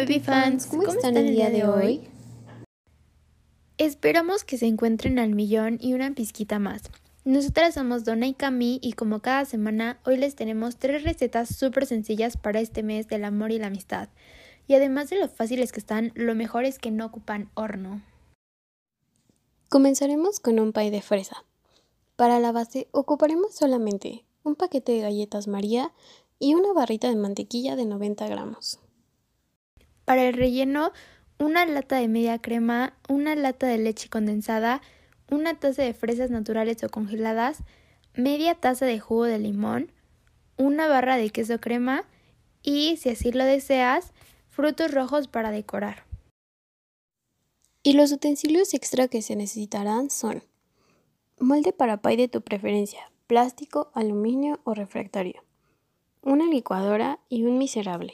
Baby fans, ¿cómo están el día de hoy? Esperamos que se encuentren al millón y una pizquita más. Nosotras somos Donna y Cami y como cada semana, hoy les tenemos 3 recetas súper sencillas para este mes del amor y la amistad. Y además de lo fáciles que están, lo mejor es que no ocupan horno. Comenzaremos con un pie de fresa. Para la base ocuparemos solamente un paquete de galletas María y una barrita de mantequilla de 90 gramos. Para el relleno, una lata de media crema, una lata de leche condensada, una taza de fresas naturales o congeladas, media taza de jugo de limón, una barra de queso crema y, si así lo deseas, frutos rojos para decorar. Y los utensilios extra que se necesitarán son molde para pie de tu preferencia, plástico, aluminio o refractario, una licuadora y un miserable.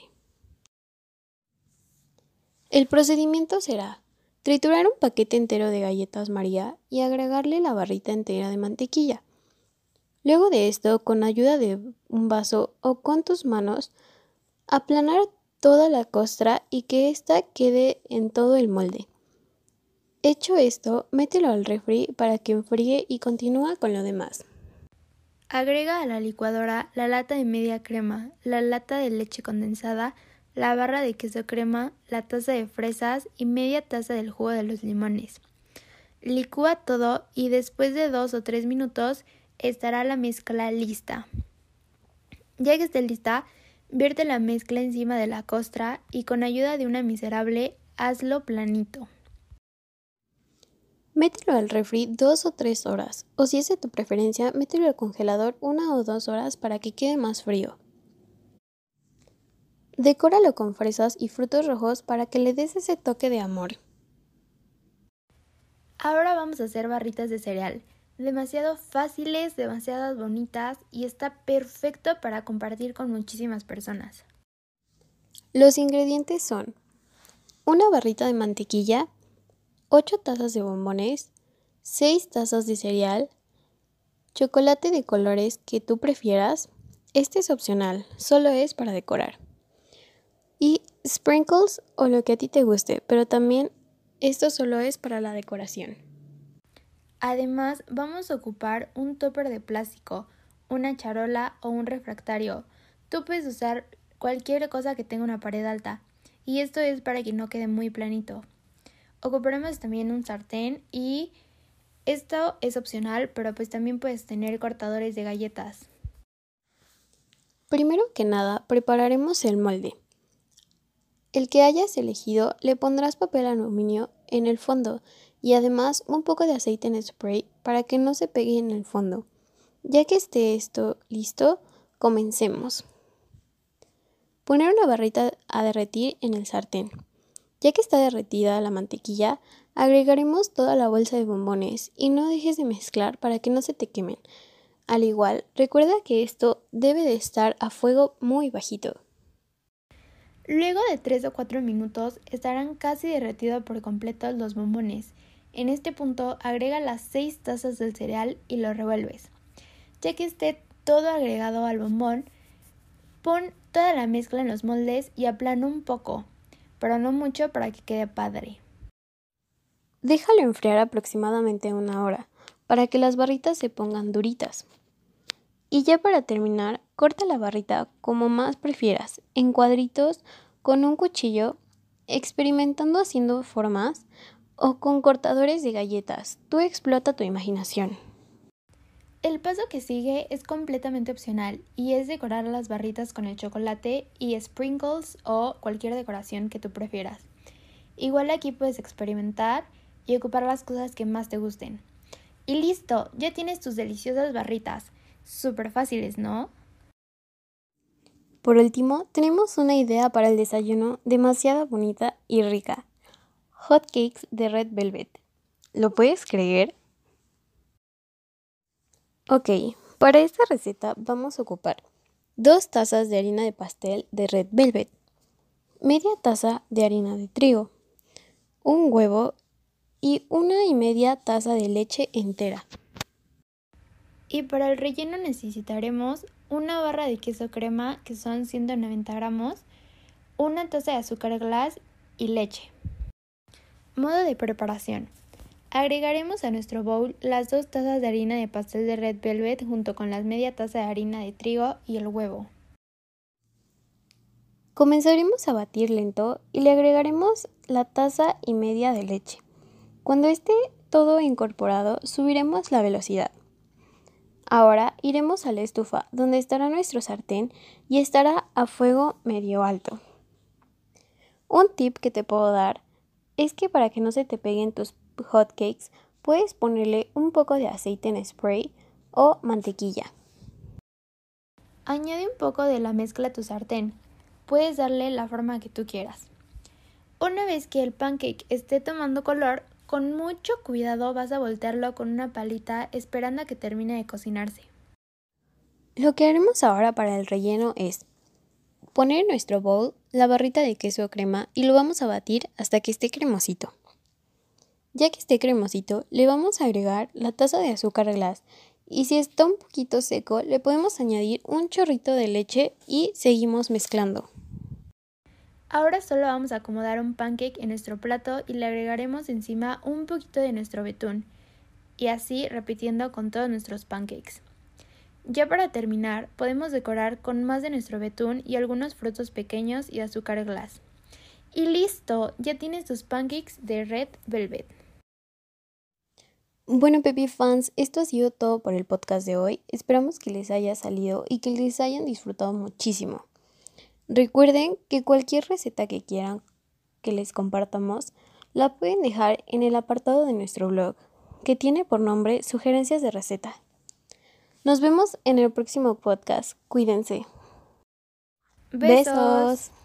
El procedimiento será triturar un paquete entero de galletas María y agregarle la barrita entera de mantequilla. Luego de esto, con ayuda de un vaso o con tus manos, aplanar toda la costra y que ésta quede en todo el molde. Hecho esto, mételo al refri para que enfríe y continúa con lo demás. Agrega a la licuadora la lata de media crema, la lata de leche condensada, la barra de queso crema, la taza de fresas y media taza del jugo de los limones. Licúa todo y después de 2 o 3 minutos estará la mezcla lista. Ya que esté lista, vierte la mezcla encima de la costra y con ayuda de una miserable hazlo planito. Mételo al refri 2 o 3 horas, o si es de tu preferencia, mételo al congelador 1 o 2 horas para que quede más frío. Decóralo con fresas y frutos rojos para que le des ese toque de amor. Ahora vamos a hacer barritas de cereal. Demasiado fáciles, demasiado bonitas y está perfecto para compartir con muchísimas personas. Los ingredientes son una barrita de mantequilla, 8 tazas de bombones, 6 tazas de cereal, chocolate de colores que tú prefieras, este es opcional, solo es para decorar, y sprinkles o lo que a ti te guste, pero también esto solo es para la decoración. Además, vamos a ocupar un tupper de plástico, una charola o un refractario. Tú puedes usar cualquier cosa que tenga una pared alta, y esto es para que no quede muy planito. Ocuparemos también un sartén y esto es opcional, pero pues también puedes tener cortadores de galletas. Primero que nada, prepararemos el molde. El que hayas elegido le pondrás papel aluminio en el fondo y además un poco de aceite en spray para que no se pegue en el fondo. Ya que esté esto listo, comencemos. Poner una barrita a derretir en el sartén. Ya que está derretida la mantequilla, agregaremos toda la bolsa de bombones y no dejes de mezclar para que no se te quemen. Al igual, recuerda que esto debe de estar a fuego muy bajito. Luego de 3 o 4 minutos estarán casi derretidos por completo los bombones. En este punto agrega las 6 tazas del cereal y lo revuelves. Ya que esté todo agregado al bombón, pon toda la mezcla en los moldes y aplana un poco, pero no mucho para que quede padre. Déjalo enfriar aproximadamente 1 hora para que las barritas se pongan duritas. Y ya para terminar, corta la barrita como más prefieras, en cuadritos, con un cuchillo, experimentando haciendo formas o con cortadores de galletas. Tú explota tu imaginación. El paso que sigue es completamente opcional y es decorar las barritas con el chocolate y sprinkles o cualquier decoración que tú prefieras. Igual aquí puedes experimentar y ocupar las cosas que más te gusten. Y listo, ya tienes tus deliciosas barritas. Súper fáciles, ¿no? Por último, tenemos una idea para el desayuno demasiado bonita y rica. Hot cakes de Red Velvet. ¿Lo puedes creer? Ok, para esta receta vamos a ocupar 2 tazas de harina de pastel de Red Velvet, media taza de harina de trigo, un huevo y 1,5 taza de leche entera. Y para el relleno necesitaremos una barra de queso crema que son 190 gramos, una taza de azúcar glass y leche. Modo de preparación. Agregaremos a nuestro bowl las 2 tazas de harina de pastel de Red Velvet junto con las media taza de harina de trigo y el huevo. Comenzaremos a batir lento y le agregaremos la taza y media de leche. Cuando esté todo incorporado, subiremos la velocidad. Ahora iremos a la estufa, donde estará nuestro sartén y estará a fuego medio alto. Un tip que te puedo dar es que para que no se te peguen tus hotcakes, puedes ponerle un poco de aceite en spray o mantequilla. Añade un poco de la mezcla a tu sartén. Puedes darle la forma que tú quieras. Una vez que el pancake esté tomando color, con mucho cuidado vas a voltearlo con una palita esperando a que termine de cocinarse. Lo que haremos ahora para el relleno es poner en nuestro bowl la barrita de queso o crema y lo vamos a batir hasta que esté cremosito. Ya que esté cremosito, le vamos a agregar la taza de azúcar glass y si está un poquito seco, le podemos añadir un chorrito de leche y seguimos mezclando. Ahora solo vamos a acomodar un pancake en nuestro plato y le agregaremos encima un poquito de nuestro betún, y así repitiendo con todos nuestros pancakes. Ya para terminar, podemos decorar con más de nuestro betún y algunos frutos pequeños y azúcar glass. Y listo, ya tienes tus pancakes de Red Velvet. Bueno, Pepi fans, esto ha sido todo por el podcast de hoy. Esperamos que les haya salido y que les hayan disfrutado muchísimo. Recuerden que cualquier receta que quieran que les compartamos, la pueden dejar en el apartado de nuestro blog, que tiene por nombre Sugerencias de Receta. Nos vemos en el próximo podcast. Cuídense. Besos.